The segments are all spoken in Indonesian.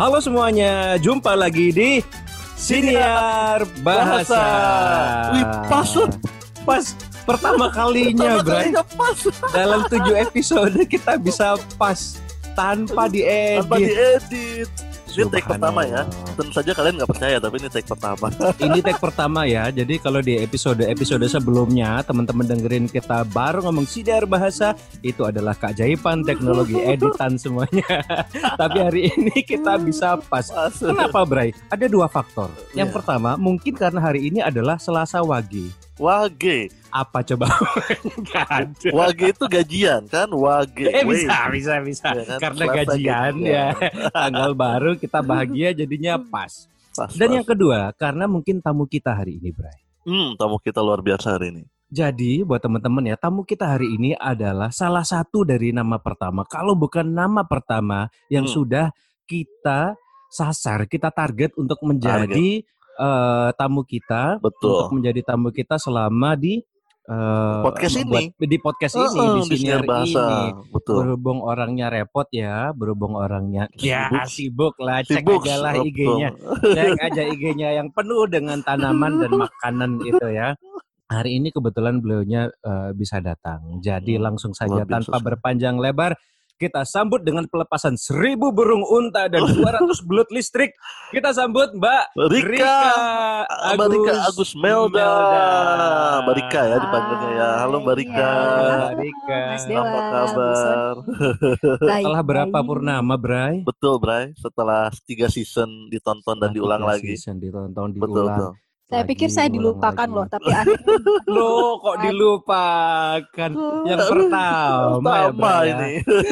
Halo semuanya, jumpa lagi di Siniar Bahasa. Wih, pas pertama kalinya, Bray. Pas. Dalam 7 episode kita bisa pas tanpa diedit. Ini take pertama ya. Tentu saja kalian nggak percaya, tapi ini take pertama. Ini take pertama ya. Jadi kalau di episode sebelumnya teman-teman dengerin kita baru ngomong Siniar Bahasa, itu adalah keajaiban teknologi editan semuanya. Tapi hari ini kita bisa pas. Kenapa, Bray? Ada 2 faktor. Yang pertama, mungkin karena hari ini adalah Selasa Wage. Wage. Apa coba? Gak ada. Wage itu gajian kan? Wage. Bisa. Ya kan? Karena Selasa gajian ya. Tanggal baru kita bahagia jadinya pas. Dan yang kedua, karena mungkin tamu kita hari ini, Bray. Tamu kita luar biasa hari ini. Jadi buat teman-teman ya, tamu kita hari ini adalah salah satu dari nama pertama. Kalau bukan nama pertama yang sudah kita sasar, kita target untuk menjadi tamu kita. Betul. Untuk menjadi tamu kita selama di podcast ini, di podcast ini, di Siniar Bahasa. ini. Betul. Berhubung orangnya repot ya, berhubung orangnya sibuk lah, cek Sibuk, aja lah IG-nya, cek aja IG-nya yang penuh dengan tanaman dan makanan itu ya. Hari ini kebetulan beliaunya bisa datang, jadi langsung saja tanpa berpanjang lebar kita sambut dengan pelepasan 1000 burung unta dan 200 belut listrik. Kita sambut Mbak Rika Agus Melda. Mbak Rika ya dipanggilnya ya. Halo Mbak Rika. Mbak Rika. Mas Dewa, apa kabar? Setelah berapa purnama, Bray? Betul, Bray. Setelah 3 season ditonton dan diulang lagi. Ditonton, Betul. Saya pikir saya dilupakan loh, tapi akhirnya loh kok dilupakan? Yang pertama ya, Bray, ini.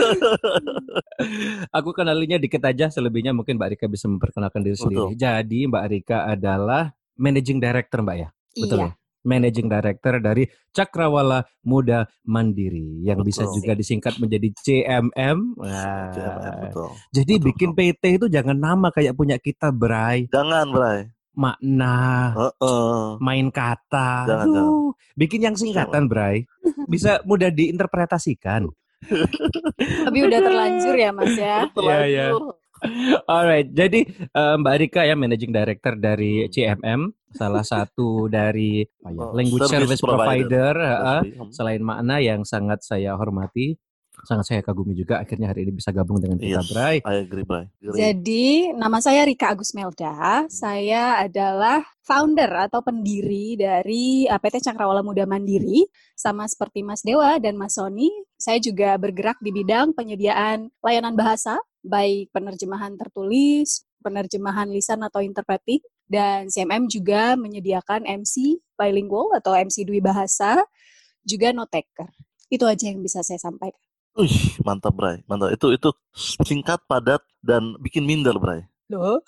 Aku kenalinya dikit aja, selebihnya mungkin Mbak Rika bisa memperkenalkan diri sendiri. Jadi Mbak Rika adalah Managing Director, Mbak ya? Betul ya? Managing Director dari Cakrawala Muda Mandiri yang bisa juga disingkat menjadi CMM. Nah, CMM, betul. Jadi bikin PT itu jangan nama kayak punya kita, Bray. Jangan, Bray. Makna, main kata, jangan. Bikin yang singkatan, Bray. Bisa mudah diinterpretasikan. tapi udah terlanjur ya, Mas ya. Iya. Alright, jadi Mbak Rika ya Managing Director dari CMM, salah satu dari language service provider. Selain makna yang sangat saya hormati, sangat saya kagumi juga akhirnya hari ini bisa gabung dengan kita, Bray. I agree, Bray. Jadi nama saya Rika Agus Melda. Saya adalah founder atau pendiri dari PT Cakrawala Muda Mandiri. Sama seperti Mas Dewa dan Mas Sony, saya juga bergerak di bidang penyediaan layanan bahasa, baik penerjemahan tertulis, penerjemahan lisan atau interpreting, dan CMM juga menyediakan MC bilingual atau MC Dwi Bahasa, juga note taker. Itu aja yang bisa saya sampaikan. Mantap, Bray. Mantap. Itu singkat, padat, dan bikin minder, Bray. Loh?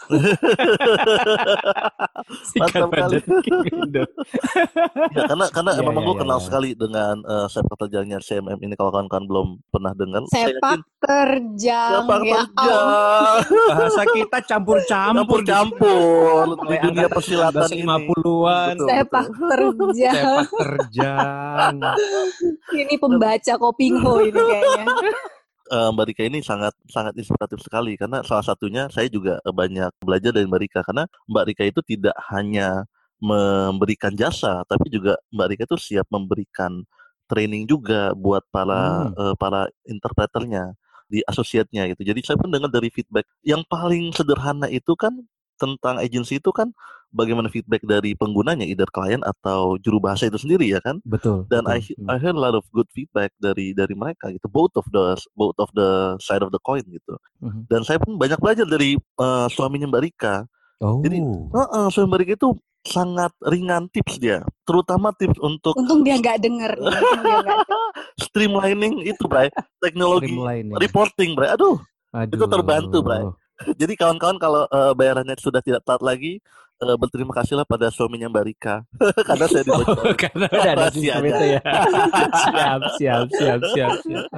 Mantap kali. Ya, karena memang gue kenal sekali dengan sepak terjangnya CMM ini. Kalau kawan-kawan belum pernah dengar, sepak terjang. Bahasa kita campur-campur di dunia persilatan 50-an. Sepak terjang. Ini pembaca Kopingho ini kayaknya. Mbak Rika ini sangat inspiratif sekali, karena salah satunya saya juga banyak belajar dari Mbak Rika, karena Mbak Rika itu tidak hanya memberikan jasa, tapi juga Mbak Rika itu siap memberikan training juga buat para interpreternya di associate-nya gitu. Jadi saya pun dengar dari feedback yang paling sederhana itu kan tentang agensi itu kan bagaimana feedback dari penggunanya, either klien atau juru bahasa itu sendiri ya kan. Betul. Dan I heard a lot of good feedback dari mereka gitu, both of the side of the coin gitu. Dan saya pun banyak belajar dari suaminya Mbak Rika. Jadi suami Mbak Rika itu sangat ringan tips dia, terutama tips untuk untung dia nggak denger. Streamlining itu, Bray, teknologi reporting, Bray. Aduh, itu terbantu, Bray. Jadi kawan-kawan kalau bayarannya sudah tidak telat lagi, berterima kasihlah pada suaminya Mbak Rika. Karena saya dibocorin. Karena ada sistem itu ya. Siap.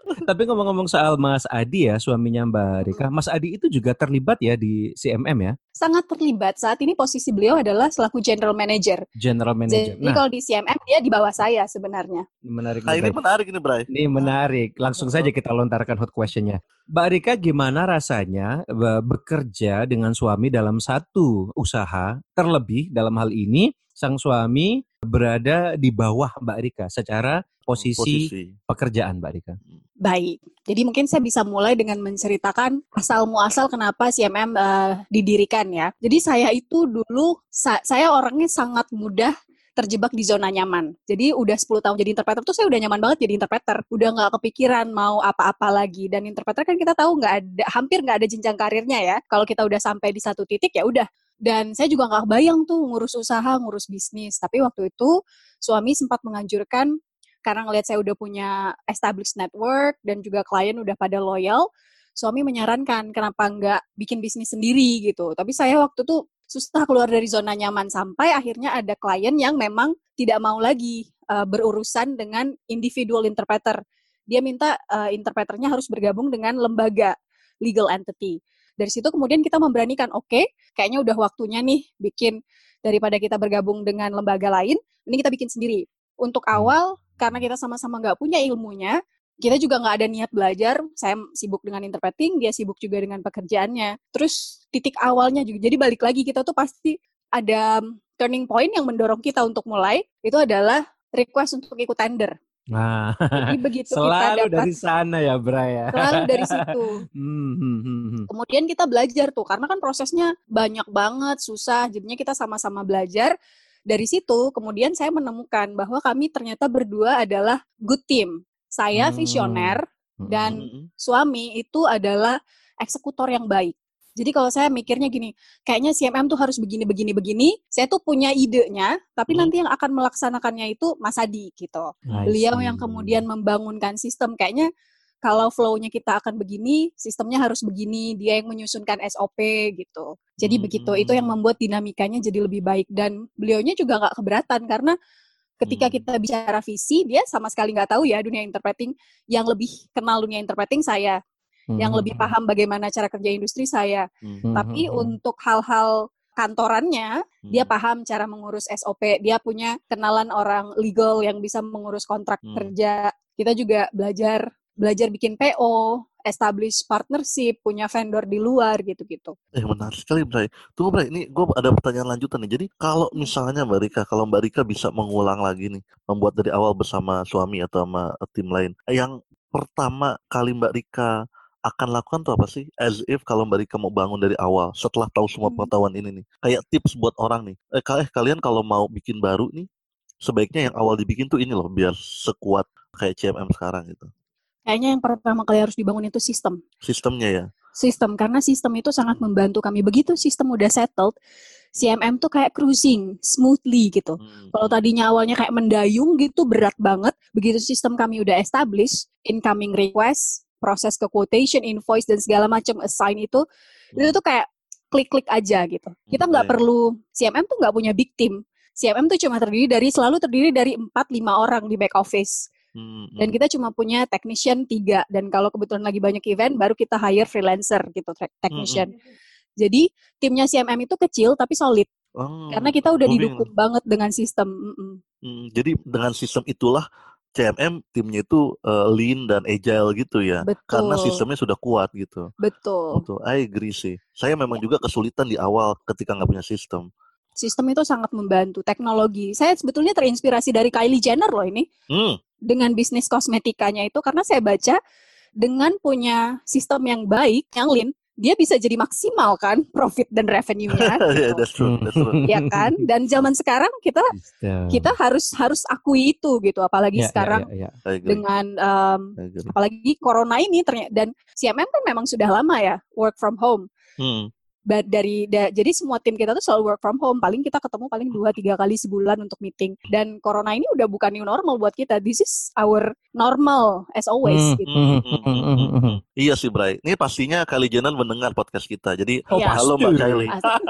Tapi ngomong-ngomong soal Mas Adi ya, suaminya Mbak Rika, Mas Adi itu juga terlibat ya di CMM ya, Sangat terlibat. Saat ini posisi beliau adalah selaku General Manager. General Manager. Jadi kalau di CMM dia di bawah saya sebenarnya. Menarik Nah, nih, ini Bray. menarik ini, Bray. Ini menarik. Langsung saja kita lontarkan hot questionnya. Mbak Rika, gimana rasanya bekerja dengan suami dalam satu usaha, terlebih dalam hal ini sang suami berada di bawah Mbak Rika secara posisi pekerjaan, Mbak Rika? Baik, jadi mungkin saya bisa mulai dengan menceritakan asal muasal kenapa CMM didirikan ya. Jadi saya itu dulu, saya orangnya sangat mudah terjebak di zona nyaman. Jadi udah 10 tahun jadi interpreter tuh saya udah nyaman banget jadi interpreter. Udah nggak kepikiran mau apa-apa lagi. Dan interpreter kan kita tahu hampir nggak ada jenjang karirnya ya. Kalau kita udah sampai di satu titik ya udah. Dan saya juga nggak kebayang tuh ngurus usaha, ngurus bisnis. Tapi waktu itu suami sempat menganjurkan, karena ngelihat saya udah punya established network dan juga klien udah pada loyal, suami menyarankan kenapa nggak bikin bisnis sendiri gitu. Tapi saya waktu itu susah keluar dari zona nyaman sampai akhirnya ada klien yang memang tidak mau lagi berurusan dengan individual interpreter. Dia minta interpreternya harus bergabung dengan lembaga, legal entity. Dari situ kemudian kita memberanikan, oke, kayaknya udah waktunya nih bikin, daripada kita bergabung dengan lembaga lain, ini kita bikin sendiri. Untuk awal, karena kita sama-sama nggak punya ilmunya, kita juga nggak ada niat belajar. Saya sibuk dengan interpreting, dia sibuk juga dengan pekerjaannya. Terus titik awalnya juga, jadi balik lagi kita tuh pasti ada turning point yang mendorong kita untuk mulai, itu adalah request untuk ikut tender. Nah, jadi begitu selalu kita dapat, dari sana ya, Bray ya. Selalu dari situ. Kemudian kita belajar tuh, karena kan prosesnya banyak banget, susah. Jadinya kita sama-sama belajar. Dari situ, kemudian saya menemukan bahwa kami ternyata berdua adalah good team. Saya visioner dan suami itu adalah eksekutor yang baik. Jadi kalau saya mikirnya gini, kayaknya CMM tuh harus begini. Saya tuh punya idenya, tapi nanti yang akan melaksanakannya itu Mas Adi gitu. Beliau yang kemudian membangunkan sistem. Kayaknya kalau flow-nya kita akan begini, sistemnya harus begini, dia yang menyusunkan SOP gitu. Jadi begitu, itu yang membuat dinamikanya jadi lebih baik. Dan beliaunya juga nggak keberatan, karena ketika kita bicara visi, dia sama sekali nggak tahu ya dunia interpreting. Yang lebih kenal dunia interpreting saya, yang lebih paham bagaimana cara kerja industri saya. Tapi untuk hal-hal kantorannya, dia paham cara mengurus SOP, dia punya kenalan orang legal yang bisa mengurus kontrak kerja. Kita juga belajar bikin PO, establish partnership, punya vendor di luar gitu-gitu. Menarik sekali, Bray. Tunggu, Bray, ini gue ada pertanyaan lanjutan nih. Jadi kalau misalnya kalau Mbak Rika bisa mengulang lagi nih, membuat dari awal bersama suami atau sama tim lain, yang pertama kali Mbak Rika akan lakukan tuh apa sih? As if kalau Mbak Rika mau bangun dari awal, setelah tahu semua pengetahuan ini nih, kayak tips buat orang nih. Kalian kalau mau bikin baru nih, sebaiknya yang awal dibikin tuh ini loh, biar sekuat kayak CMM sekarang gitu. Kayaknya yang pertama kali harus dibangun itu sistem. Sistemnya ya? Sistem, karena sistem itu sangat membantu kami. Begitu sistem udah settled, CMM tuh kayak cruising, smoothly gitu. Kalau tadinya awalnya kayak mendayung gitu, berat banget. Begitu sistem kami udah established, incoming request, proses ke quotation, invoice, dan segala macam assign itu tuh kayak klik-klik aja gitu. Kita nggak perlu, CMM tuh nggak punya big team. CMM tuh cuma selalu terdiri dari 4-5 orang di back office. Dan kita cuma punya technician 3. Dan kalau kebetulan lagi banyak event, baru kita hire freelancer gitu, technician. Jadi timnya CMM itu kecil tapi solid. Karena kita udah didukung banget dengan sistem. Jadi dengan sistem itulah CMM timnya itu lean dan agile gitu ya. Betul. Karena sistemnya sudah kuat gitu. Betul. I agree sih. Saya memang juga kesulitan di awal ketika nggak punya sistem. Sistem itu sangat membantu. Teknologi. Saya sebetulnya terinspirasi dari Kylie Jenner loh ini. Dengan bisnis kosmetikanya itu, karena saya baca dengan punya sistem yang baik, yang lean, dia bisa jadi maksimal kan profit dan revenue-nya. Yeah, that's true. Ya kan? Dan zaman sekarang kita harus akui itu gitu, apalagi sekarang dengan apalagi corona ini ternyata, dan CMM kan memang sudah lama ya work from home. Jadi semua tim kita tuh selalu work from home. Paling kita ketemu paling 2-3 kali sebulan untuk meeting. Dan corona ini udah bukan new normal buat kita. This is our normal as always. Gitu. Iya sih, Bray. Ini pastinya Kylie Jenner mendengar podcast kita. Jadi halo Mbak Kylie.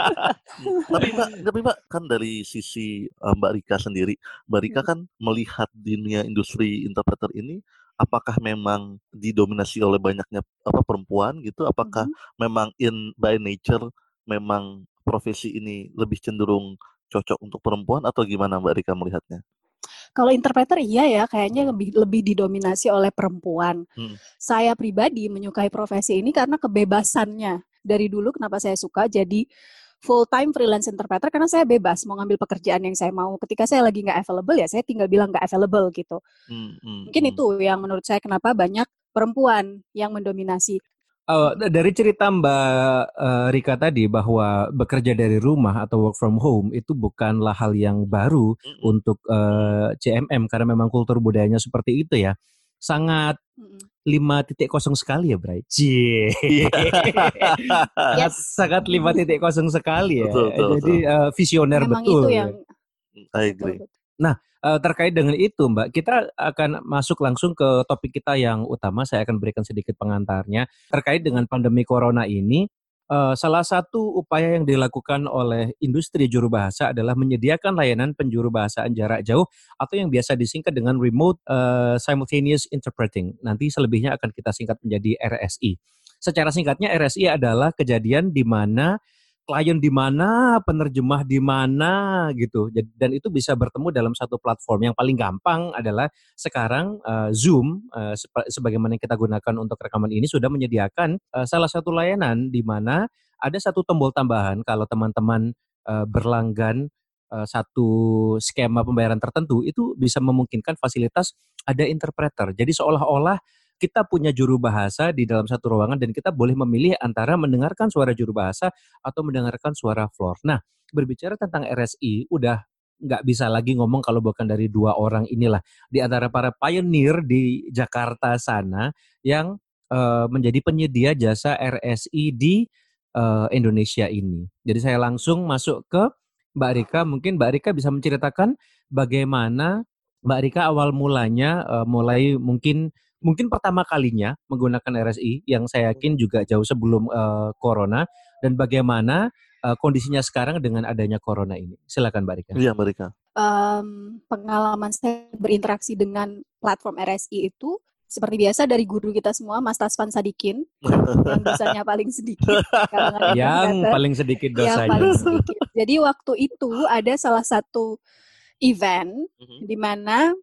Tapi Mbak kan dari sisi Mbak Rika sendiri, Mbak Rika kan melihat dunia industri interpreter ini apakah memang didominasi oleh banyaknya perempuan gitu? Apakah memang by nature memang profesi ini lebih cenderung cocok untuk perempuan atau gimana Mbak Rika melihatnya? Kalau interpreter iya ya, kayaknya lebih didominasi oleh perempuan. Saya pribadi menyukai profesi ini karena kebebasannya. Dari dulu kenapa saya suka jadi full time freelance interpreter, karena saya bebas mau ngambil pekerjaan yang saya mau. Ketika saya lagi nggak available ya saya tinggal bilang nggak available gitu. Mungkin itu yang menurut saya kenapa banyak perempuan yang mendominasi. Dari cerita Mbak Rika tadi bahwa bekerja dari rumah atau work from home itu bukanlah hal yang baru untuk CMM karena memang kultur budayanya seperti itu ya. Sangat 5.0 sekali ya, Bray. Sangat 5.0 sekali ya. Betul. Jadi visioner memang betul. Itu yang I agree. Nah, terkait dengan itu Mbak, kita akan masuk langsung ke topik kita yang utama. Saya akan berikan sedikit pengantarnya. Terkait dengan pandemi corona ini, salah satu upaya yang dilakukan oleh industri juru bahasa adalah menyediakan layanan penjuru bahasaan jarak jauh atau yang biasa disingkat dengan remote simultaneous interpreting. Nanti selebihnya akan kita singkat menjadi RSI. Secara singkatnya RSI adalah kejadian di mana klien di mana, penerjemah di mana gitu. Dan itu bisa bertemu dalam satu platform. Yang paling gampang adalah sekarang Zoom sebagaimana yang kita gunakan untuk rekaman ini sudah menyediakan salah satu layanan di mana ada satu tombol tambahan kalau teman-teman berlanggan satu skema pembayaran tertentu itu bisa memungkinkan fasilitas ada interpreter. Jadi seolah-olah kita punya juru bahasa di dalam satu ruangan dan kita boleh memilih antara mendengarkan suara juru bahasa atau mendengarkan suara floor. Nah, berbicara tentang RSI, udah nggak bisa lagi ngomong kalau bukan dari dua orang inilah. Di antara para pioneer di Jakarta sana yang menjadi penyedia jasa RSI di Indonesia ini. Jadi saya langsung masuk ke Mbak Rika. Mungkin Mbak Rika bisa menceritakan bagaimana Mbak Rika awal mulanya mulai mungkin pertama kalinya menggunakan RSI yang saya yakin juga jauh sebelum corona dan bagaimana kondisinya sekarang dengan adanya corona ini. Silakan Mbak Rika. Iya Mbak Rika. Pengalaman saya berinteraksi dengan platform RSI itu seperti biasa dari guru kita semua, Mas Tasvan Sadikin, yang dosanya paling sedikit. Yang paling sedikit dosanya. Yang paling sedikit. Jadi waktu itu ada salah satu event di mana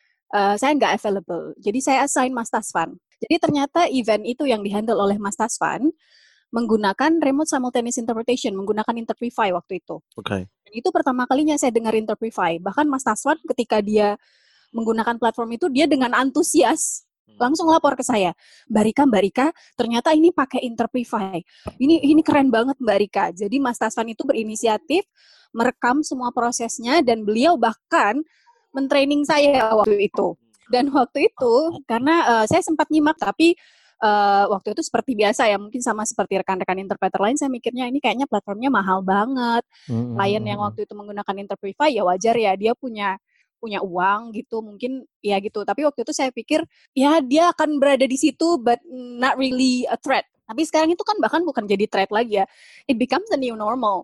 saya nggak available. Jadi saya assign Mas Tasvan. Jadi ternyata event itu yang dihandle oleh Mas Tasvan menggunakan remote simultaneous interpretation, menggunakan Interprefy waktu itu. Okay. Dan itu pertama kalinya saya dengar Interprefy. Bahkan Mas Tasvan ketika dia menggunakan platform itu, dia dengan antusias langsung lapor ke saya, Mbak Rika, ternyata ini pakai Interprefy. Ini keren banget Mbak Rika. Jadi Mas Tasvan itu berinisiatif merekam semua prosesnya dan beliau bahkan mentraining saya waktu itu. Dan waktu itu karena saya sempat nyimak tapi waktu itu seperti biasa ya, mungkin sama seperti rekan-rekan interpreter lain, saya mikirnya ini kayaknya platformnya mahal banget. Klien yang waktu itu menggunakan Interprefy ya wajar ya, dia punya uang gitu, mungkin ya gitu. Tapi waktu itu saya pikir ya dia akan berada di situ but not really a threat. Tapi sekarang itu kan bahkan bukan jadi threat lagi ya. It becomes the new normal.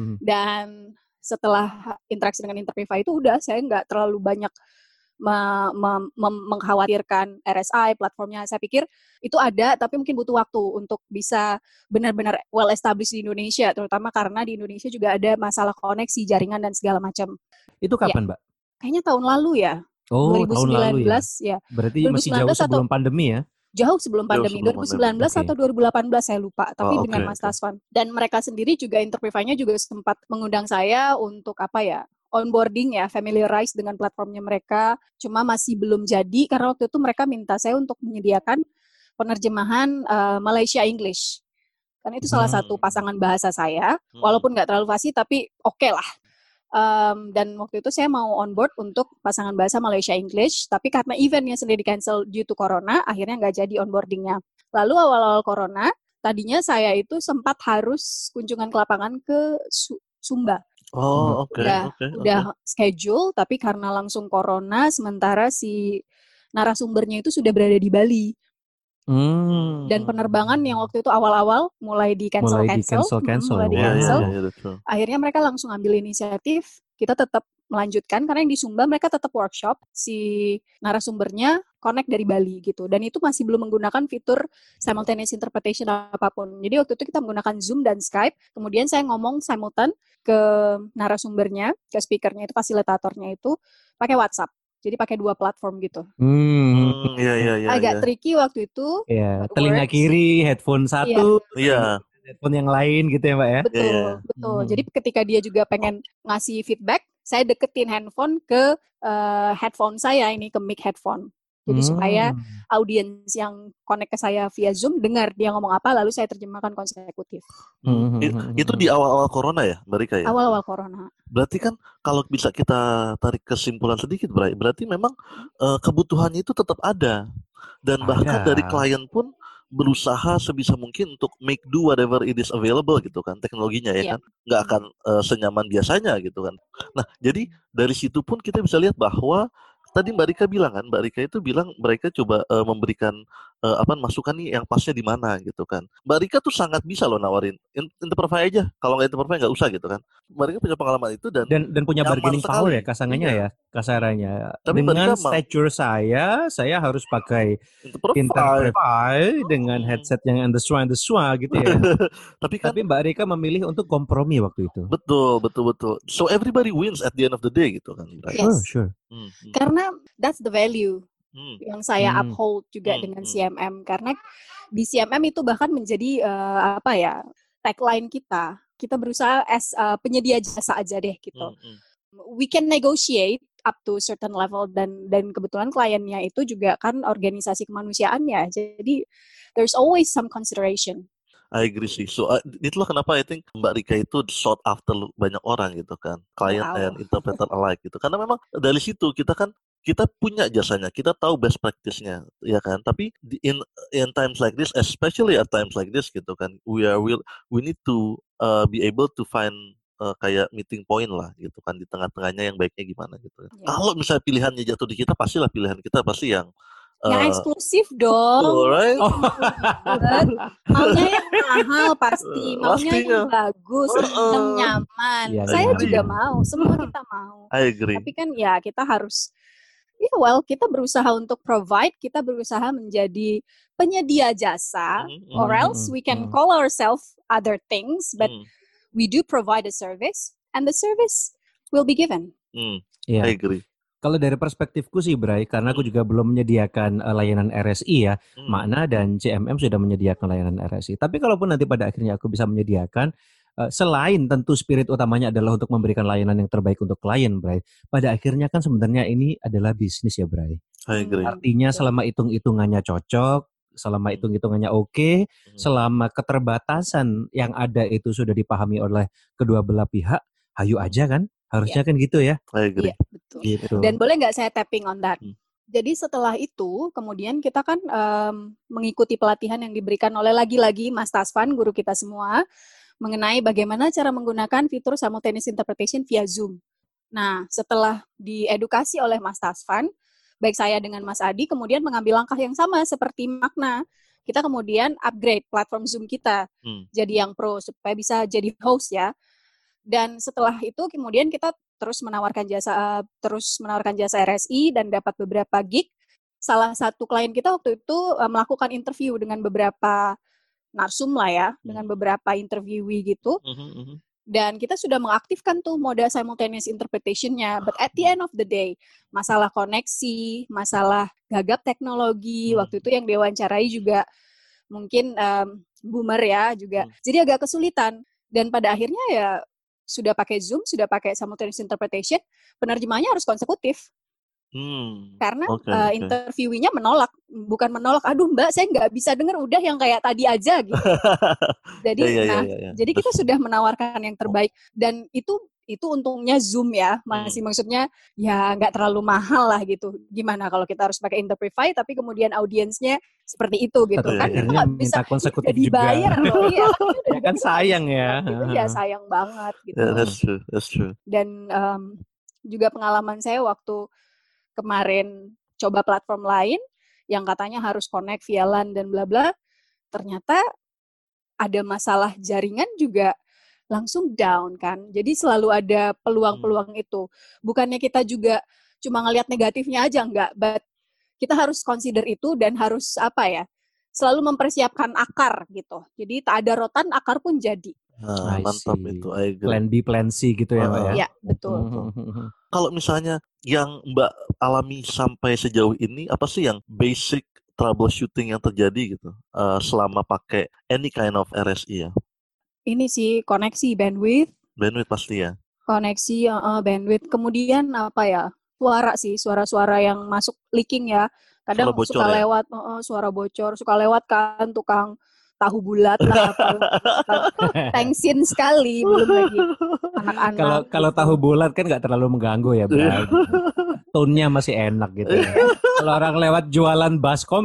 Dan setelah interaksi dengan Interprefy itu udah saya nggak terlalu banyak mengkhawatirkan RSI platformnya. Saya pikir itu ada tapi mungkin butuh waktu untuk bisa benar-benar well established di Indonesia, terutama karena di Indonesia juga ada masalah koneksi jaringan dan segala macam. Itu kapan, Mbak? Kayaknya tahun lalu ya. Oh, 2019 tahun lalu ya. Berarti masih jauh sebelum pandemi ya? Jauh sebelum pandemi, 2019 atau 2018 saya lupa, tapi dengan Mas Tasvan. Dan mereka sendiri juga Interprefy-nya juga sempat mengundang saya untuk onboarding ya, familiarize dengan platformnya mereka. Cuma masih belum jadi karena waktu itu mereka minta saya untuk menyediakan penerjemahan Malaysia English. Karena itu salah satu pasangan bahasa saya, walaupun nggak terlalu fasih tapi oke lah. Dan waktu itu saya mau on board untuk pasangan bahasa Malaysia English, tapi karena eventnya sendiri cancel due to corona, akhirnya nggak jadi onboardingnya. Lalu awal-awal corona, tadinya saya itu sempat harus kunjungan ke lapangan ke Sumba. Oh, oke. Udah schedule, tapi karena langsung corona, sementara si narasumbernya itu sudah berada di Bali. Dan penerbangan yang waktu itu awal-awal mulai di cancel. Akhirnya mereka langsung ambil inisiatif, kita tetap melanjutkan karena yang di Sumba mereka tetap workshop, si narasumbernya connect dari Bali gitu. Dan itu masih belum menggunakan fitur simultaneous interpretation apapun. Jadi waktu itu kita menggunakan Zoom dan Skype. Kemudian saya ngomong simultan ke narasumbernya, ke speakernya itu, fasilitatornya itu pakai WhatsApp. Jadi pakai 2 platform gitu. Iya. Agak tricky waktu itu. Ya, but telinga works. kiri, headphone satu, Iya. headphone yang lain gitu ya Mbak ya. Betul, Iya. betul. Jadi ketika dia juga pengen ngasih feedback, saya deketin handphone ke headphone saya ini, ke mic headphone. Jadi supaya audiens yang connect ke saya via Zoom dengar dia ngomong apa, lalu saya terjemahkan konsekutif. Itu di awal-awal corona ya, Mbak Rika ya? Awal-awal corona. Berarti kan kalau bisa kita tarik kesimpulan sedikit, Bray, berarti memang kebutuhannya itu tetap ada. Dan bahkan dari klien pun berusaha sebisa mungkin untuk make do whatever it is available gitu kan, teknologinya ya kan. Nggak akan senyaman biasanya gitu kan. Nah, jadi dari situ pun kita bisa lihat bahwa tadi Mbak Rika bilang kan, Mbak Rika itu bilang mereka coba memberikan masukan nih yang pasnya di mana gitu kan. Mbak Rika tuh sangat bisa loh nawarin Interpretify aja. Kalau nggak Interpretify nggak usah gitu kan. Mbak Rika punya pengalaman itu dan punya bargaining power ya kasarannya. Tapi dengan Mbak Rika stature saya harus pakai Interpretify dengan headset yang andeswa gitu ya. Tapi Mbak Rika memilih untuk kompromi waktu itu. Betul. So everybody wins at the end of the day gitu kan. Right? Yes. Sure. Karena that's the value yang saya uphold juga dengan CMM. Karena di CMM itu bahkan menjadi tagline kita. Kita berusaha as penyedia jasa aja deh gitu. We can negotiate up to certain level dan kebetulan kliennya itu juga kan organisasi kemanusiaannya. Jadi there's always some consideration. I agree sih. So itulah kenapa I think Mbak Rika itu sought after banyak orang gitu kan, client and interpreter alike gitu. Karena memang dari situ kita punya jasanya, kita tahu best practice-nya, ya kan. Tapi in times like this, especially at times like this gitu kan, we need to be able to find kayak meeting point lah gitu kan di tengah-tengahnya yang baiknya gimana gitu. Kalau misalnya pilihannya jatuh di kita, pastilah pilihan kita pasti yang eksklusif dong. Right? Maunya yang mahal pasti, maunya yang bagus, yang nyaman. Saya juga mau, semua kita mau. I agree. Tapi kan ya kita harus, kita berusaha untuk provide, kita berusaha menjadi penyedia jasa, or else we can call ourselves other things, but we do provide a service, and the service will be given. I agree. Kalau dari perspektifku sih Bray, karena aku juga belum menyediakan layanan RSI ya, Makna dan CMM sudah menyediakan layanan RSI. Tapi kalaupun nanti pada akhirnya aku bisa menyediakan, selain tentu spirit utamanya adalah untuk memberikan layanan yang terbaik untuk klien Bray, pada akhirnya kan sebenarnya ini adalah bisnis ya Bray. I agree. Artinya selama hitung-hitungannya cocok, selama hitung-hitungannya oke, selama keterbatasan yang ada itu sudah dipahami oleh kedua belah pihak, hayu aja kan? Harusnya kan gitu ya. I agree. Iya, betul. Gitu. Dan boleh nggak saya tapping on that? Jadi setelah itu, kemudian kita kan mengikuti pelatihan yang diberikan oleh lagi-lagi Mas Tasvan, guru kita semua, mengenai bagaimana cara menggunakan fitur simultaneous interpretation via Zoom. Nah, setelah diedukasi oleh Mas Tasvan, baik saya dengan Mas Adi, kemudian mengambil langkah yang sama seperti Makna. Kita kemudian upgrade platform Zoom kita jadi yang pro, supaya bisa jadi host ya. Dan setelah itu kemudian kita terus menawarkan jasa RSI dan dapat beberapa gig. Salah satu klien kita waktu itu melakukan interview dengan beberapa narsum lah ya, dengan beberapa interviewee gitu. Dan kita sudah mengaktifkan tuh mode simultaneous interpretation-nya. But at the end of the day, masalah koneksi, masalah gagap teknologi, waktu itu yang diwawancarai juga mungkin boomer ya juga. Jadi agak kesulitan. Dan pada akhirnya ya sudah pakai Zoom, sudah pakai simultaneous interpretation, penerjemahnya harus konsekutif. Karena interviewinya bukan menolak, aduh Mbak saya nggak bisa dengar, udah yang kayak tadi aja gitu. Jadi jadi kita sudah menawarkan yang terbaik, dan itu untungnya Zoom ya, masih maksudnya ya nggak terlalu mahal lah gitu. Gimana kalau kita harus pakai Interprefy tapi kemudian audiensnya seperti itu gitu kan, akhirnya minta konsekutif dibayar juga. loh, iya kan sayang ya. Itu ya sayang banget gitu. Yeah, that's true. Dan juga pengalaman saya waktu kemarin coba platform lain yang katanya harus connect via LAN dan bla bla, ternyata ada masalah jaringan juga langsung down kan. Jadi selalu ada peluang-peluang itu. Bukannya kita juga cuma ngelihat negatifnya aja, enggak, but kita harus consider itu dan harus selalu mempersiapkan akar gitu. Jadi tak ada rotan, akar pun jadi. Nah, mantap itu, I agree. Plan B, Plan C gitu ya, Mbak ya? Iya, betul. Kalau misalnya yang Mbak alami sampai sejauh ini, apa sih yang basic troubleshooting yang terjadi gitu selama pakai any kind of RSI ya? Ini sih koneksi bandwidth. Bandwidth pasti ya. Koneksi, bandwidth. Kemudian suara-suara yang masuk leaking ya. Kadang Suara bocor suka ya? lewat suara bocor, suka lewat kan tukang tahu bulat lah tengsin sekali, belum lagi anak-anak. Kalau tahu bulat kan nggak terlalu mengganggu ya, Bray. Tone-nya masih enak gitu. Kalau orang lewat jualan baskom,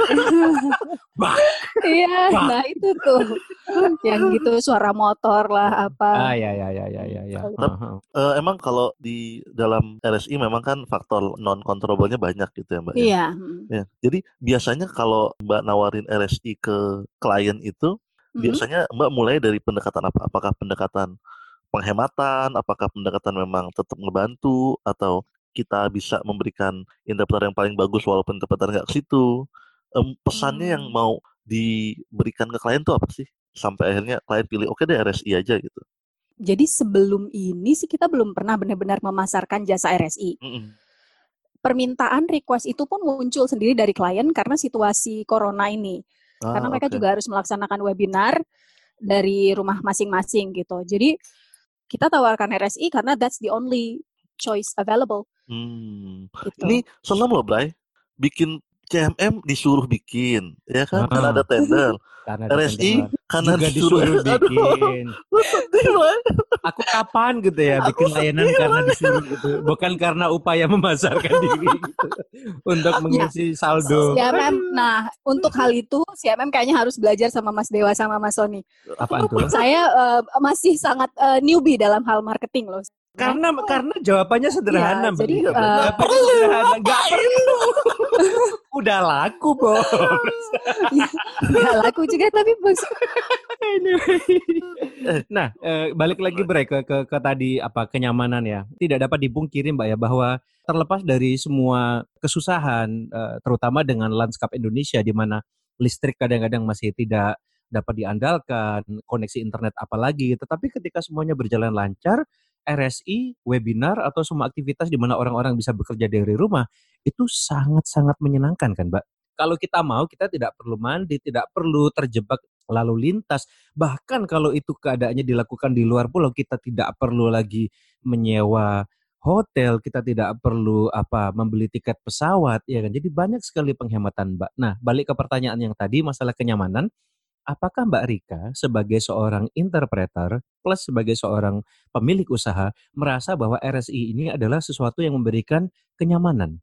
iya, nah itu tuh yang gitu suara motor lah apa. ya. Emang kalau di dalam RSI memang kan faktor non controllable-nya banyak gitu ya, Mbak. Iya. Ya. Jadi biasanya kalau Mbak nawarin RSI ke klien itu, biasanya Mbak mulai dari pendekatan apa? Apakah pendekatan penghematan, apakah pendekatan memang tetap ngebantu, atau kita bisa memberikan interpreter yang paling bagus walaupun interpreter nggak ke situ. Pesannya yang mau diberikan ke klien tuh apa sih? Sampai akhirnya klien pilih oke deh RSI aja gitu. Jadi sebelum ini sih kita belum pernah benar-benar memasarkan jasa RSI. Permintaan request itu pun muncul sendiri dari klien karena situasi corona ini. Karena mereka juga harus melaksanakan webinar dari rumah masing-masing gitu. Jadi kita tawarkan RSI karena that's the only choice available. Gitu. Ini seneng loh, Bray. Bikin CMM disuruh bikin, ya kan? Karena ada tender. RSI karena juga disuruh bikin. Aku kapan gitu ya bikin layanan karena disuruh gitu, bukan karena upaya memasarkan diri gitu untuk mengisi saldo. CMM, nah untuk hal itu CMM kayaknya harus belajar sama Mas Dewa sama Mas Sony. Apaan tuh? Saya masih sangat newbie dalam hal marketing loh. Karena jawabannya sederhana, Mbak. Jadi jawabannya sederhana, nggak perlu. Udah laku, Bos. Nggak laku juga tapi bagus. Nah, balik lagi Bre ke tadi kenyamanan ya. Tidak dapat dipungkiri Mbak ya bahwa terlepas dari semua kesusahan, terutama dengan lanskap Indonesia di mana listrik kadang-kadang masih tidak dapat diandalkan, koneksi internet apalagi, tetapi ketika semuanya berjalan lancar, RSI, webinar, atau semua aktivitas di mana orang-orang bisa bekerja dari rumah, itu sangat-sangat menyenangkan kan, Mbak? Kalau kita mau, kita tidak perlu mandi, tidak perlu terjebak lalu lintas. Bahkan kalau itu keadaannya dilakukan di luar pulau, kita tidak perlu lagi menyewa hotel, kita tidak perlu membeli tiket pesawat, ya kan? Jadi banyak sekali penghematan, Mbak. Nah, balik ke pertanyaan yang tadi, masalah kenyamanan. Apakah Mbak Rika sebagai seorang interpreter plus sebagai seorang pemilik usaha merasa bahwa RSI ini adalah sesuatu yang memberikan kenyamanan?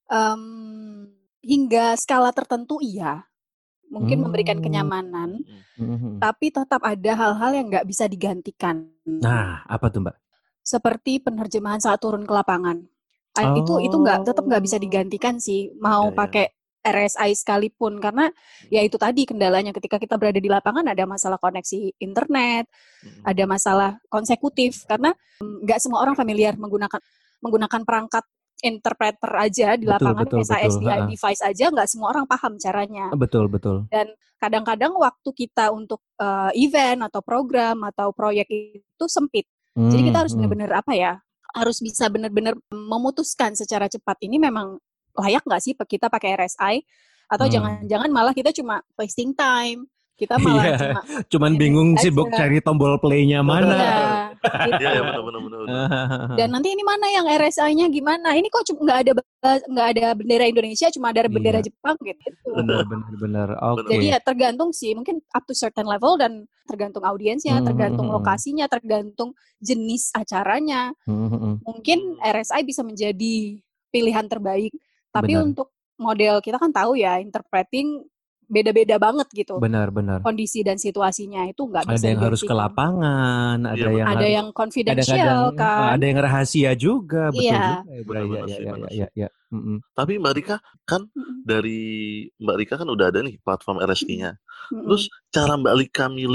Hingga skala tertentu iya, mungkin memberikan kenyamanan, tapi tetap ada hal-hal yang nggak bisa digantikan. Nah, apa tuh Mbak? Seperti penerjemahan saat turun ke lapangan. Itu tetap nggak bisa digantikan sih, mau pakai RSI sekalipun, karena ya itu tadi kendalanya ketika kita berada di lapangan, ada masalah koneksi internet, ada masalah konsekutif, karena nggak semua orang familiar menggunakan perangkat interpreter aja di lapangan, SIS device aja nggak semua orang paham caranya. Betul. Dan kadang-kadang waktu kita untuk event atau program atau proyek itu sempit. Jadi kita harus benar-benar harus bisa benar-benar memutuskan secara cepat, ini memang layak nggak sih kita pakai RSI, atau jangan-jangan malah kita cuma wasting time, kita malah cuman bingung sibuk cari tombol play-nya mana. Gitu. Iya, benar. Dan nanti ini mana yang RSI-nya gimana? Ini kok nggak ada bendera Indonesia, cuma ada bendera Jepang gitu. Benar. Oke. Jadi ya tergantung sih, mungkin up to certain level, dan tergantung audiensnya, tergantung lokasinya, tergantung jenis acaranya. Mungkin RSI bisa menjadi pilihan terbaik. Tapi untuk model kita kan tahu ya, interpreting beda-beda banget gitu. Benar. Kondisi dan situasinya itu nggak bisa. Ada yang harus ke lapangan, ada yang confidential kan. Ada yang rahasia juga, betul iya. juga. Ya. Tapi Mbak Rika kan dari Mbak Rika kan udah ada nih platform RSI-nya. Terus cara Mbak Rika milih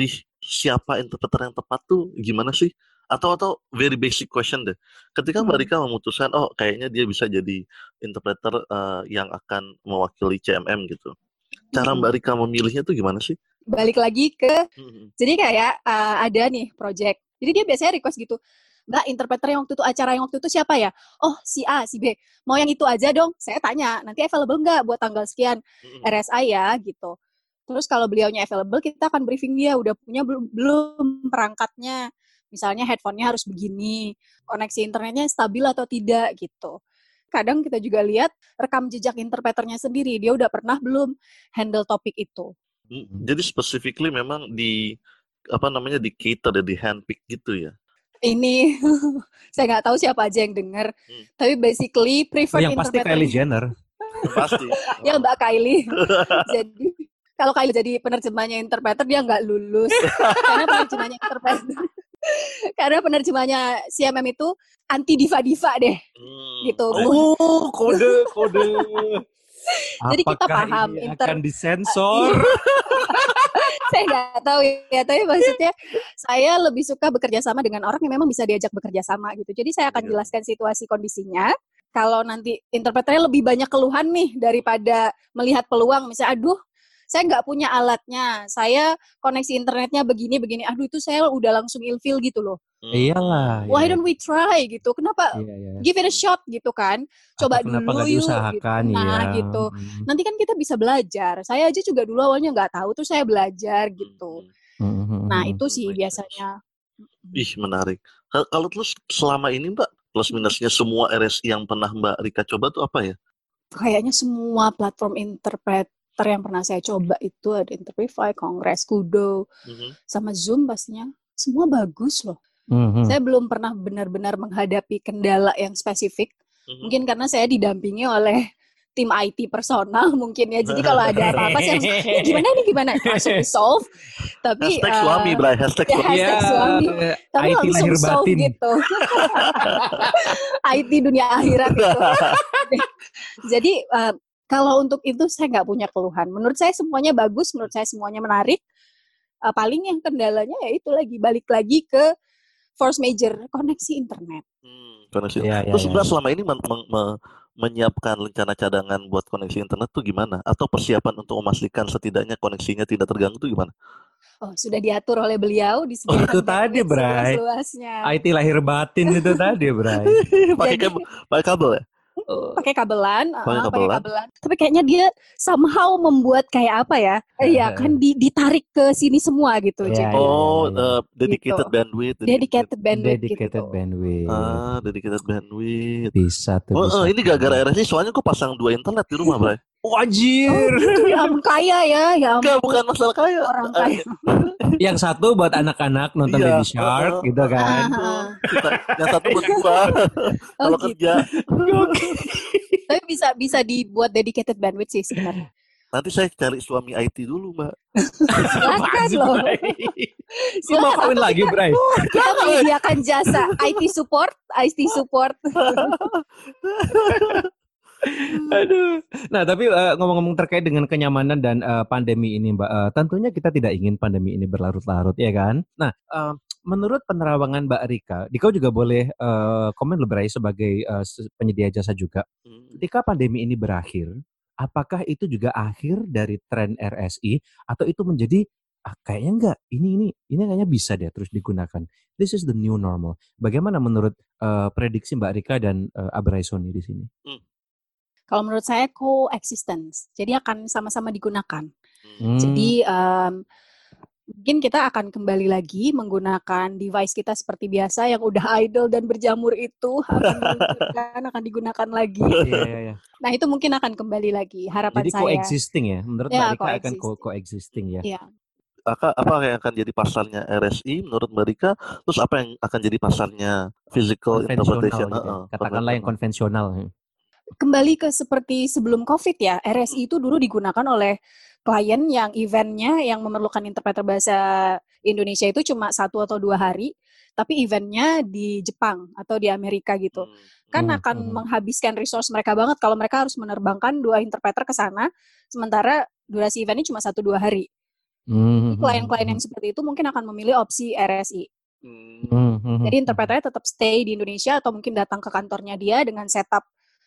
siapa interpreter yang tepat tuh gimana sih? Atau very basic question deh. Ketika Mbak Rika memutuskan, oh kayaknya dia bisa jadi interpreter yang akan mewakili CMM gitu. Cara Mbak Rika memilihnya tuh gimana sih? Balik lagi ke, jadi kayak ada nih project. Jadi dia biasanya request gitu, Mbak, interpreter yang waktu itu, acara yang waktu itu siapa ya? Oh, si A, si B. Mau yang itu aja dong? Saya tanya, nanti available nggak buat tanggal sekian? RSI ya, gitu. Terus kalau beliaunya available, kita akan briefing dia, udah punya belum perangkatnya. Misalnya headphone-nya harus begini, koneksi internetnya stabil atau tidak, gitu. Kadang kita juga lihat rekam jejak interpreternya sendiri, dia udah pernah belum handle topik itu. Jadi specifically memang di cater, di handpick gitu ya? Ini saya nggak tahu siapa aja yang dengar, tapi basically preferred yang pasti Kylie Jenner. Pasti. Ya Mbak Kylie. Jadi kalau Kylie jadi penerjemahnya interpreter dia nggak lulus karena penerjemahnya interpreter. Karena penerjemahnya CMM itu anti diva-diva deh, gitu. Oh, kode. Jadi kita paham akan disensor. Saya nggak tahu ya, tapi maksudnya saya lebih suka bekerja sama dengan orang yang memang bisa diajak bekerja sama gitu. Jadi saya akan jelaskan situasi kondisinya. Kalau nanti interpreternya lebih banyak keluhan nih daripada melihat peluang, misalnya aduh saya nggak punya alatnya, saya koneksi internetnya begini, aduh itu saya udah langsung ilfil gitu loh. Iyalah. Why don't we try gitu? Kenapa give it a shot gitu kan? Coba dulu yuk diusahakan, gitu. Nah gitu. Nanti kan kita bisa belajar. Saya aja juga dulu awalnya nggak tahu, terus saya belajar gitu. Nah itu sih biasanya. Ih menarik. Kalau terus selama ini Mbak, plus minusnya semua RSI yang pernah Mbak Rika coba tuh apa ya? Kayaknya semua platform interpreter yang pernah saya coba itu ada Interprify, Congress, Kudo, sama Zoom pastinya. Semua bagus loh. Saya belum pernah benar-benar menghadapi kendala yang spesifik. Mungkin karena saya didampingi oleh tim IT personal mungkin ya. Jadi kalau ada apa-apa saya ini gimana? Langsung di-solve. Tapi hashtag suami, Bray. Hashtag suami. Tapi IT langsung lahir solve batin gitu. IT dunia akhirat gitu. Jadi kalau untuk itu saya nggak punya keluhan. Menurut saya semuanya bagus, menurut saya semuanya menarik. Paling yang kendalanya ya itu balik lagi ke force major, koneksi internet. Koneksi. Terus Mbak selama ini menyiapkan rencana cadangan buat koneksi internet tuh gimana? Atau persiapan untuk memastikan setidaknya koneksinya tidak terganggu tuh gimana? Oh, sudah diatur oleh beliau di sekitar itu tadi, Bray. IT lahir batin itu tadi, Bray. Pakai kabel ya? Pakai kabelan. Tapi kayaknya dia somehow membuat kayak apa ya? Iya kan ditarik ke sini semua gitu. Jadi dedicated gitu. bandwidth. Dedicated bandwidth. Bisa tuh. Ini gara-gara RSI soalnya aku pasang 2 internet di rumah, Bray. Wajir. Ya kaya ya. Enggak, bukan masalah kaya. Orang kaya. Yang satu buat anak-anak nonton Baby Shark gitu kan. Yang satu buat gua kalau kerja. Tapi bisa dibuat dedicated bandwidth sih sebenarnya. Nanti saya cari suami IT dulu, Mbak. Silakan loh. Lu mau kawin lagi, Bray? Kita menyediakan jasa IT support. Aduh. Nah, tapi ngomong-ngomong terkait dengan kenyamanan dan pandemi ini, Mbak, tentunya kita tidak ingin pandemi ini berlarut-larut, ya kan? Nah, menurut penerawangan Mbak Rika, Dika juga boleh komen loh, Bray, sebagai penyedia jasa juga. Ketika pandemi ini berakhir, apakah itu juga akhir dari tren RSI atau itu menjadi kayaknya enggak, ini kayaknya bisa deh terus digunakan. This is the new normal. Bagaimana menurut prediksi Mbak Rika dan Abray Sony di sini? Kalau menurut saya coexistence, jadi akan sama-sama digunakan. Jadi mungkin kita akan kembali lagi menggunakan device kita seperti biasa yang udah idle dan berjamur itu akan digunakan lagi. Yeah. Nah itu mungkin akan kembali lagi. Harapan jadi saya. Jadi coexisting ya, menurut Mbak Rika akan coexisting ya. Iya. Apa yang akan jadi pasarnya RSI menurut Mbak Rika? Terus apa yang akan jadi pasarnya physical interpretation? Gitu. Katakanlah yang konvensional. Kembali ke seperti sebelum COVID ya, RSI itu dulu digunakan oleh klien yang eventnya yang memerlukan interpreter bahasa Indonesia itu cuma 1 atau 2 hari, tapi eventnya di Jepang atau di Amerika gitu. Kan akan menghabiskan resource mereka banget kalau mereka harus menerbangkan 2 interpreter ke sana, sementara durasi eventnya cuma 1-2 hari. Klien-klien yang seperti itu mungkin akan memilih opsi RSI. Jadi interpreternya tetap stay di Indonesia atau mungkin datang ke kantornya dia dengan setup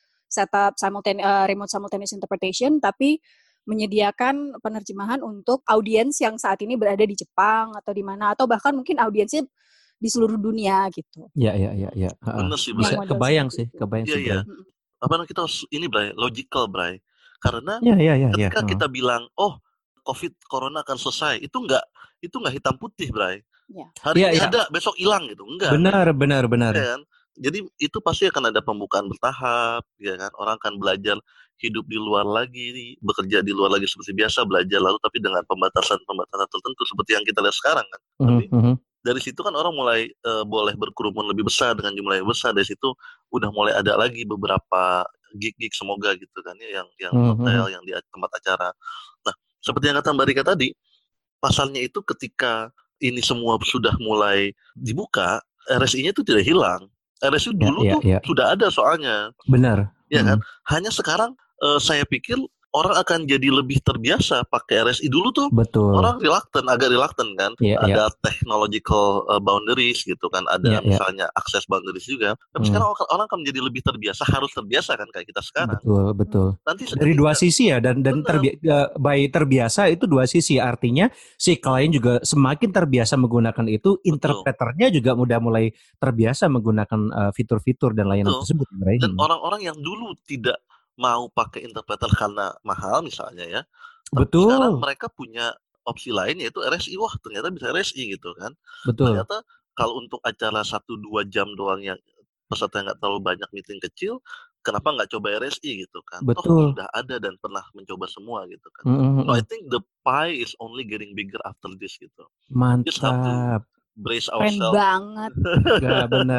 remote simultaneous interpretation, tapi menyediakan penerjemahan untuk audiens yang saat ini berada di Jepang atau di mana, atau bahkan mungkin audiensnya di seluruh dunia gitu. Ya. Bener sih, Bisa Bray. kebayang sih, Bray. Apa namanya, kita harus ini, Bray, logical, Bray. Karena ketika kita bilang, COVID corona akan selesai, itu nggak hitam putih, Bray. Hari ini ada, besok hilang gitu, enggak. Benar. Ya kan? Jadi itu pasti akan ada pembukaan bertahap, ya kan? Orang akan belajar hidup di luar lagi, bekerja di luar lagi seperti biasa, belajar lalu tapi dengan pembatasan-pembatasan tertentu seperti yang kita lihat sekarang kan. Tapi dari situ kan orang mulai boleh berkerumun lebih besar dengan jumlah yang besar. Dari situ udah mulai ada lagi beberapa gig semoga gitu kan ya, yang hotel, yang di tempat acara. Nah, seperti yang kata Mbak Rika tadi, pasalnya itu ketika ini semua sudah mulai dibuka, RSI-nya itu tidak hilang. RSI dulu sudah ada soalnya. Benar. Ya kan? Hanya sekarang saya pikir orang akan jadi lebih terbiasa pakai RSI. Dulu tuh orang agak reluctant kan. Ada technological boundaries gitu kan. Ada misalnya akses boundaries juga. Tapi sekarang orang akan menjadi lebih terbiasa, harus terbiasa kan kayak kita sekarang. Betul. Nanti dari dua sisi ya, dan by terbiasa itu dua sisi. Artinya si klien juga semakin terbiasa menggunakan itu, interpreternya juga udah mulai terbiasa menggunakan fitur-fitur dan layanan tersebut. Dan orang-orang yang dulu tidak mau pakai interpreter karena mahal misalnya ya. Tapi sekarang mereka punya opsi lain yaitu RSI. Wah, ternyata bisa RSI gitu kan. Ternyata kalau untuk acara 1-2 jam doang yang peserta nggak terlalu banyak, meeting kecil, kenapa nggak coba RSI gitu kan. Sudah ada dan pernah mencoba semua gitu kan. So I think the pie is only getting bigger after this gitu. Mantap. Brace ourselves. Keren banget. Gak bener.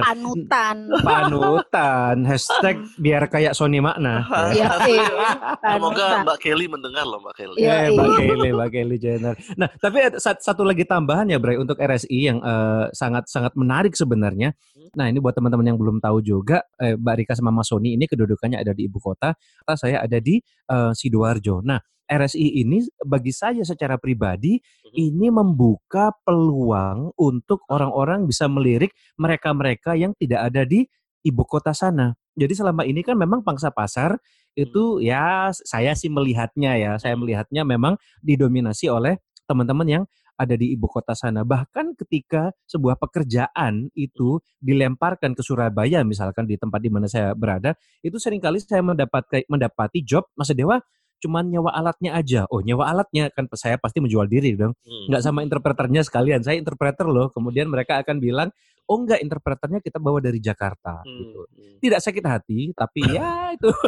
Panutan. Hashtag biar kayak Sony Makna. Semoga Mbak Kelly mendengar loh, Mbak Kelly. Mbak Kelly Jenner. Nah, tapi satu lagi tambahan ya, Bray, untuk RSI yang sangat menarik sebenarnya. Nah, ini buat teman-teman yang belum tahu juga, Mbak Rika sama Mas Sony ini kedudukannya ada di ibu kota. Saya ada di Sidoarjo. Nah, RSI ini bagi saya secara pribadi ini membuka peluang untuk orang-orang bisa melirik mereka-mereka yang tidak ada di ibu kota sana. Jadi selama ini kan memang pangsa pasar itu ya saya sih melihatnya memang didominasi oleh teman-teman yang ada di ibu kota sana. Bahkan ketika sebuah pekerjaan itu dilemparkan ke Surabaya misalkan di tempat di mana saya berada, itu seringkali saya mendapati job, Mas Dewa, cuman nyewa alatnya aja. Nyewa alatnya kan saya pasti menjual diri dong. Nggak sama interpreternya sekalian. Saya interpreter loh. Kemudian mereka akan bilang, enggak, interpreternya kita bawa dari Jakarta. Gitu. Tidak sakit hati, tapi ya itu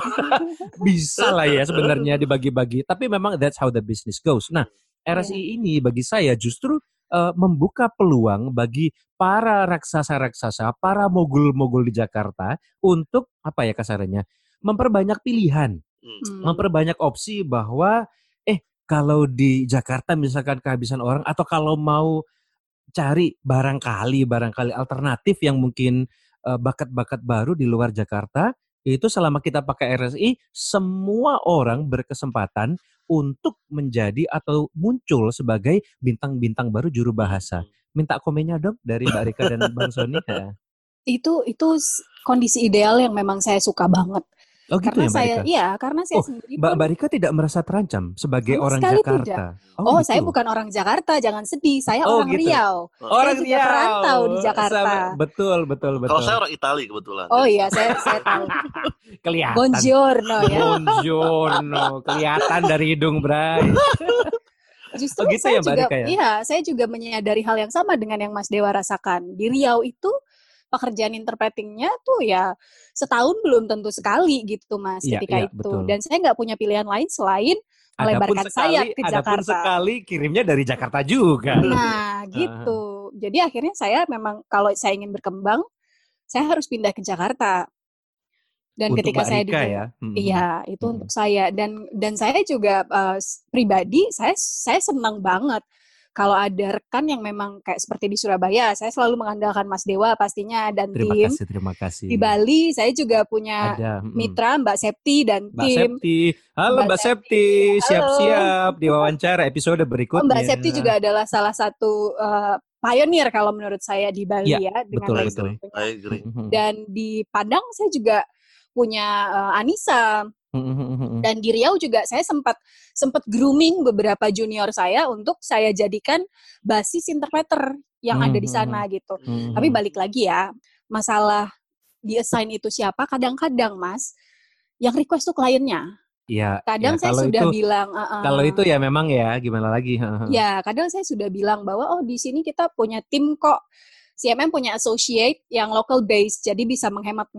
bisa lah ya sebenarnya dibagi-bagi. Tapi memang that's how the business goes. Nah, RSI ini bagi saya justru membuka peluang bagi para raksasa-raksasa, para mogul-mogul di Jakarta untuk apa ya kasarannya, memperbanyak pilihan. Memperbanyak opsi bahwa kalau di Jakarta misalkan kehabisan orang, atau kalau mau cari barangkali alternatif yang mungkin bakat-bakat baru di luar Jakarta, itu selama kita pakai RSI, semua orang berkesempatan untuk menjadi atau muncul sebagai bintang-bintang baru juru bahasa. Minta komennya dong dari Mbak Rika dan Bang Sony. Itu kondisi ideal yang memang saya suka banget. Gitu karena ya, Mbak Rika? Karena saya sendiri pun... Mbak Rika tidak merasa terancam sebagai orang Jakarta? Tidak. Gitu. Saya bukan orang Jakarta, jangan sedih. Saya orang gitu. Riau. Orang Riau. Perantau di Jakarta. Betul. Kalau saya orang Itali kebetulan. Oh iya, saya tahu. Kelihatan. Buongiorno ya. Buongiorno. Kelihatan dari hidung, Bray. Justru gitu ya, Mbak Rika ya? Iya, saya juga menyadari hal yang sama dengan yang Mas Dewa rasakan. Di Riau itu pekerjaan interpretingnya tuh ya setahun belum tentu sekali gitu Mas ketika itu. Betul. Dan saya nggak punya pilihan lain selain melebarkan sayap ke Jakarta. Adapun sekali kirimnya dari Jakarta juga. Nah gitu. Jadi akhirnya saya memang kalau saya ingin berkembang, saya harus pindah ke Jakarta. Dan untuk ketika Mbak saya Rika ya? Iya itu untuk saya. Dan saya juga pribadi saya senang banget kalau ada rekan yang memang kayak seperti di Surabaya, saya selalu mengandalkan Mas Dewa pastinya dan tim. Terima kasih. Di Bali saya juga punya Ada mitra Mbak Septi dan Mbak tim. Septi. Halo Mbak Septi, siap-siap diwawancara episode berikutnya. Mbak Septi juga adalah salah satu pioneer kalau menurut saya di Bali ya dengan betul. I agree. Dan di Padang saya juga punya Anissa. Dan di Riau juga saya sempat grooming beberapa junior saya untuk saya jadikan basis interpreter yang ada di sana gitu. Tapi balik lagi ya, masalah di assign itu siapa, kadang-kadang Mas, yang request tuh kliennya. Iya. Kadang saya sudah bilang. Kalau itu ya memang ya, gimana lagi? Ya, kadang saya sudah bilang bahwa di sini kita punya tim kok. CMM punya associate yang local base, jadi bisa menghemat.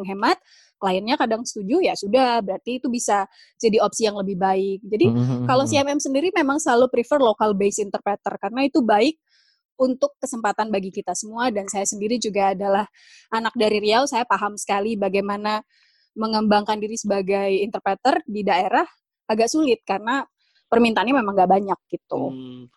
Kliennya kadang setuju, ya sudah, berarti itu bisa jadi opsi yang lebih baik. Jadi kalau CMM sendiri memang selalu prefer local base interpreter, karena itu baik untuk kesempatan bagi kita semua. Dan saya sendiri juga adalah anak dari Riau, saya paham sekali bagaimana mengembangkan diri sebagai interpreter di daerah agak sulit, karena permintaannya memang gak banyak gitu.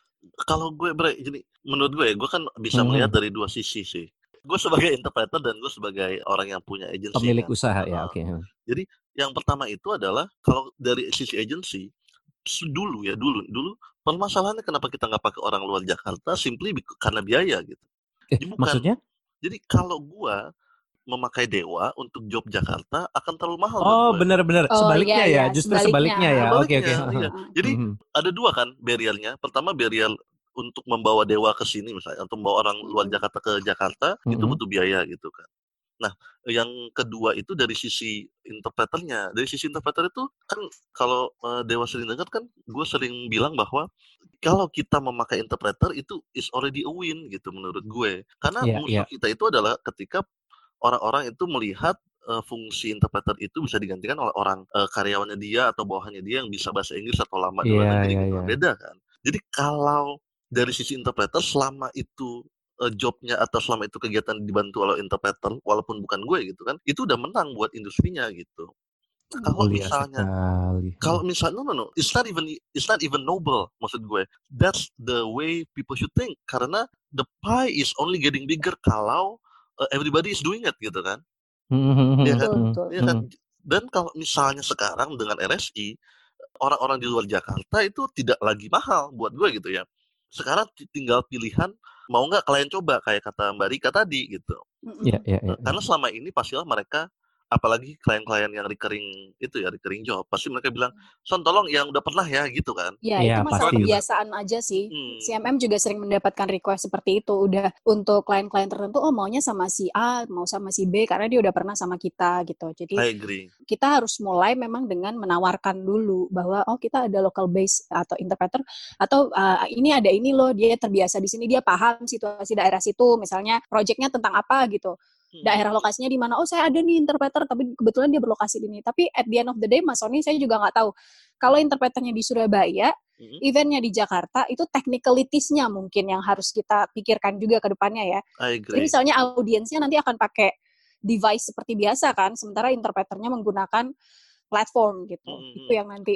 Kalau gue jadi menurut gue kan bisa melihat dari dua sisi sih. Gue sebagai interpreter dan gue sebagai orang yang punya agensi. Pemilik usaha ya, oke. Jadi yang pertama itu adalah kalau dari sisi agensi dulu permasalahannya kenapa kita nggak pakai orang luar Jakarta simply karena biaya gitu. Maksudnya? Jadi kalau gue memakai Dewa untuk job Jakarta akan terlalu mahal. Oh, benar-benar. Sebaliknya ya, justru sebaliknya ya. Oke. Iya. Jadi ada dua kan barriernya. Pertama barrier untuk membawa Dewa ke sini misalnya, untuk membawa orang luar Jakarta ke Jakarta itu butuh biaya gitu kan. Nah, yang kedua itu dari sisi interpreternya. Dari sisi interpreter itu kan kalau Dewa sering dengar kan, gue sering bilang bahwa kalau kita memakai interpreter itu is already a win gitu menurut gue. Karena musuh kita itu adalah ketika orang-orang itu melihat fungsi interpreter itu bisa digantikan oleh orang karyawannya dia atau bawahannya dia yang bisa bahasa Inggris atau lama di luar negeri gitu. Beda kan. Jadi kalau dari sisi interpreter selama itu jobnya atau selama itu kegiatan dibantu oleh interpreter walaupun bukan gue gitu kan, itu udah menang buat industrinya gitu. Kalau misalnya no, it's not even noble maksud gue. That's the way people should think, karena the pie is only getting bigger kalau everybody is doing it gitu kan. Ya kan? Dan kalau misalnya sekarang dengan RSI orang-orang di luar Jakarta itu tidak lagi mahal buat gue gitu ya. Sekarang tinggal pilihan mau nggak kalian coba kayak kata Mbak Rika tadi gitu. Karena selama ini pastilah mereka, apalagi klien-klien yang recurring job, pasti mereka bilang, Son tolong yang udah pernah ya gitu kan. Ya itu masalah kebiasaan aja sih. CMM juga sering mendapatkan request seperti itu, udah untuk klien-klien tertentu, maunya sama si A, mau sama si B karena dia udah pernah sama kita gitu. Jadi kita harus mulai memang dengan menawarkan dulu bahwa kita ada local base atau interpreter, atau ini ada ini loh, dia terbiasa di sini, dia paham situasi daerah situ, misalnya projectnya tentang apa gitu. Daerah lokasinya di mana? Saya ada nih interpreter, tapi kebetulan dia berlokasi di sini. Tapi at the end of the day, Mas Sony, saya juga nggak tahu. Kalau interpreternya di Surabaya, eventnya di Jakarta, itu technicalities-nya mungkin yang harus kita pikirkan juga ke depannya ya. Jadi misalnya audiensnya nanti akan pakai device seperti biasa kan, sementara interpreternya menggunakan platform gitu. Itu yang nanti.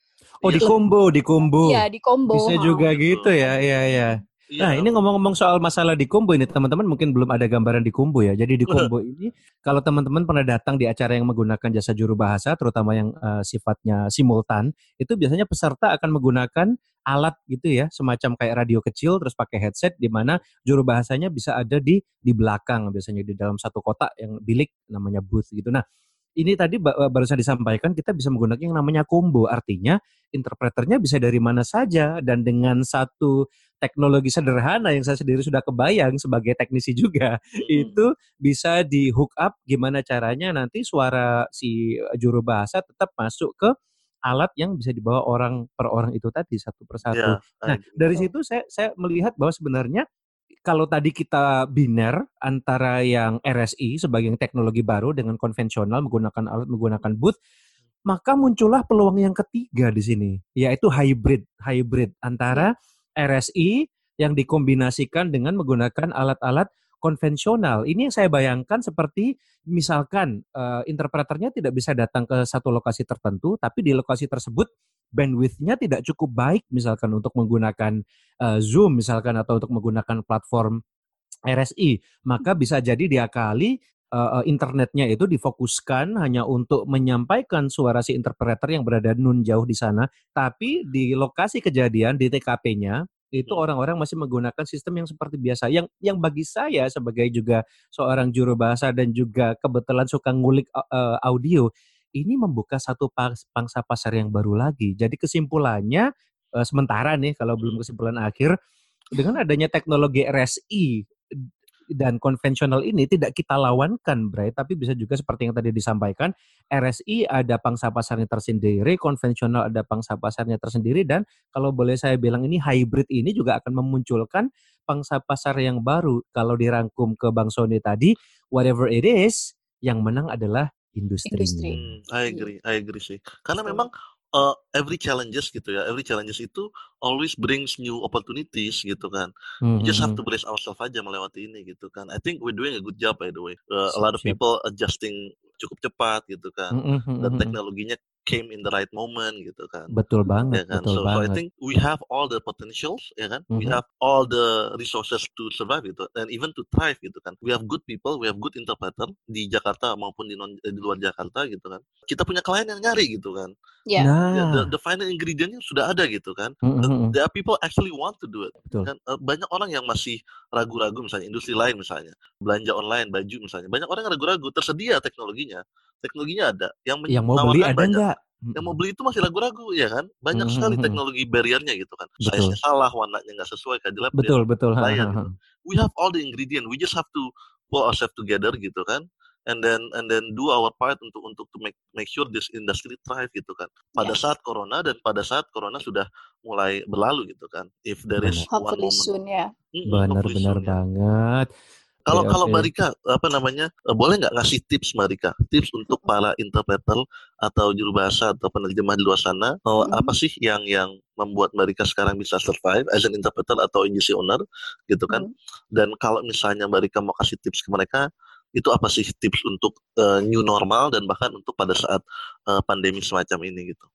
Di combo. Iya, di combo. Bisa juga gitu ya, iya. Nah, ini ngomong-ngomong soal masalah di combo ini, teman-teman mungkin belum ada gambaran di combo ya. Jadi di combo ini, kalau teman-teman pernah datang di acara yang menggunakan jasa juru bahasa, terutama yang sifatnya simultan, itu biasanya peserta akan menggunakan alat gitu ya, semacam kayak radio kecil, terus pakai headset, di mana juru bahasanya bisa ada di belakang, biasanya di dalam satu kotak yang bilik, namanya booth gitu. Nah, ini tadi barusan disampaikan kita bisa menggunakan yang namanya combo, artinya interpreternya bisa dari mana saja dan dengan satu teknologi sederhana yang saya sendiri sudah kebayang sebagai teknisi juga, itu bisa di hook up gimana caranya nanti suara si juru bahasa tetap masuk ke alat yang bisa dibawa orang per orang itu tadi satu persatu. Nah, dari situ saya melihat bahwa sebenarnya kalau tadi kita biner antara yang RSI sebagai teknologi baru dengan konvensional menggunakan alat, menggunakan booth, maka muncullah peluang yang ketiga di sini, yaitu hybrid antara RSI yang dikombinasikan dengan menggunakan alat-alat konvensional. Ini yang saya bayangkan seperti misalkan interpreternya tidak bisa datang ke satu lokasi tertentu, tapi di lokasi tersebut bandwidth-nya tidak cukup baik misalkan untuk menggunakan Zoom misalkan atau untuk menggunakan platform RSI, maka bisa jadi diakali internetnya itu difokuskan hanya untuk menyampaikan suara si interpreter yang berada nun jauh di sana, tapi di lokasi kejadian di TKP-nya itu orang-orang masih menggunakan sistem yang seperti biasa. Yang bagi saya sebagai juga seorang juru bahasa dan juga kebetulan suka ngulik audio, ini membuka satu pangsa pasar yang baru lagi. Jadi kesimpulannya sementara nih kalau belum kesimpulan akhir, dengan adanya teknologi RSI dan konvensional ini tidak kita lawankan, Bray, tapi bisa juga seperti yang tadi disampaikan, RSI ada pangsa pasarnya tersendiri, konvensional ada pangsa pasarnya tersendiri, dan kalau boleh saya bilang ini hybrid ini juga akan memunculkan pangsa pasar yang baru. Kalau dirangkum ke Bang Sony tadi, whatever it is, yang menang adalah industrinya. I agree sih. Karena memang every challenges gitu ya, every challenges itu always brings new opportunities gitu kan. We just have to brace ourselves aja melewati ini gitu kan. I think we're doing a good job by the way. A lot of people adjusting cukup cepat gitu kan. Dan teknologinya came in the right moment gitu kan. Betul banget, ya kan? betul So banget. I think we have all the potentials, ya kan? We have all the resources to survive gitu, and even to thrive gitu kan. We have good people, we have good interpreter di Jakarta maupun di luar Jakarta gitu kan. Kita punya klien yang nyari gitu kan. Yeah. The final ingredientnya sudah ada gitu kan. There are people actually want to do it. Betul. Kan? Banyak orang yang masih ragu-ragu misalnya industri lain misalnya belanja online baju misalnya. Banyak orang yang ragu-ragu, tersedia teknologinya ada. Yang mau beli ada banyak. nggak? Yang mau beli itu masih ragu-ragu ya kan. Banyak sekali teknologi barriernya gitu kan. Size-nya salah, warnanya nggak sesuai kayak dilap. Betul. Layar, gitu. We have all the ingredient. We just have to pull ourselves together gitu kan. And then do our part untuk to make sure this industry thrive gitu kan. Pada saat corona dan pada saat corona sudah mulai berlalu gitu kan. If there is one moment. Soon ya. Benar banget. Kalau Mbak Rika, boleh nggak ngasih tips Mbak Rika? Tips untuk para interpreter atau juru bahasa atau penerjemah di luar sana, apa sih yang membuat Mbak Rika sekarang bisa survive as an interpreter atau agency owner gitu kan? Dan kalau misalnya Mbak Rika mau kasih tips ke mereka, itu apa sih tips untuk new normal dan bahkan untuk pada saat pandemi semacam ini gitu?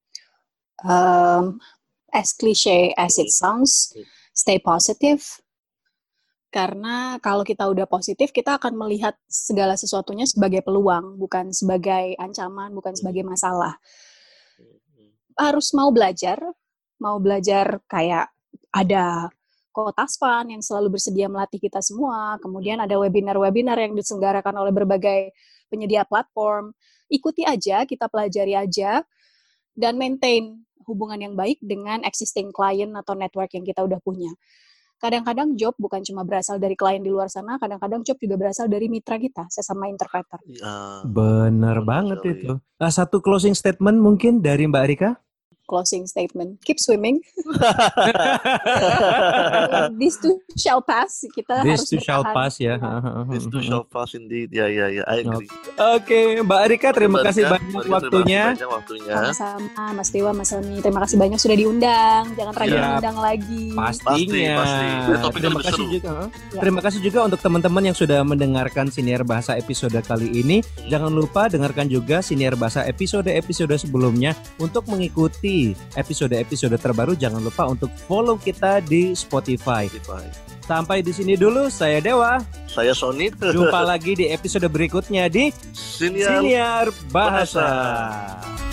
As cliche as it sounds, stay positive. Karena kalau kita udah positif, kita akan melihat segala sesuatunya sebagai peluang, bukan sebagai ancaman, bukan sebagai masalah. Harus mau belajar kayak ada Kotaspan yang selalu bersedia melatih kita semua, kemudian ada webinar-webinar yang diselenggarakan oleh berbagai penyedia platform. Ikuti aja, kita pelajari aja, dan maintain hubungan yang baik dengan existing client atau network yang kita udah punya. Kadang-kadang job bukan cuma berasal dari klien di luar sana, kadang-kadang job juga berasal dari mitra kita, sesama interpreter. Benar banget itu. Satu closing statement mungkin dari Mbak Rika? Closing statement, keep swimming. This too shall pass. Kita This harus too shall bertahan. pass ya. This too shall pass indeed. Ya, I agree. Oke, Mbak Rika, terima kasih banyak waktunya. Sama-sama, Mas Dewa, Mas Sony. Terima kasih banyak sudah diundang. Jangan ragu undang lagi. Pastinya. Terima kasih juga. Terima kasih juga untuk teman-teman yang sudah mendengarkan Siniar Bahasa episode kali ini. Jangan lupa dengarkan juga Siniar Bahasa episode sebelumnya untuk mengikuti episode-episode terbaru. Jangan lupa untuk follow kita di Spotify. Sampai di sini dulu, saya Dewa. Saya Sony. Jumpa lagi di episode berikutnya di Siniar Bahasa.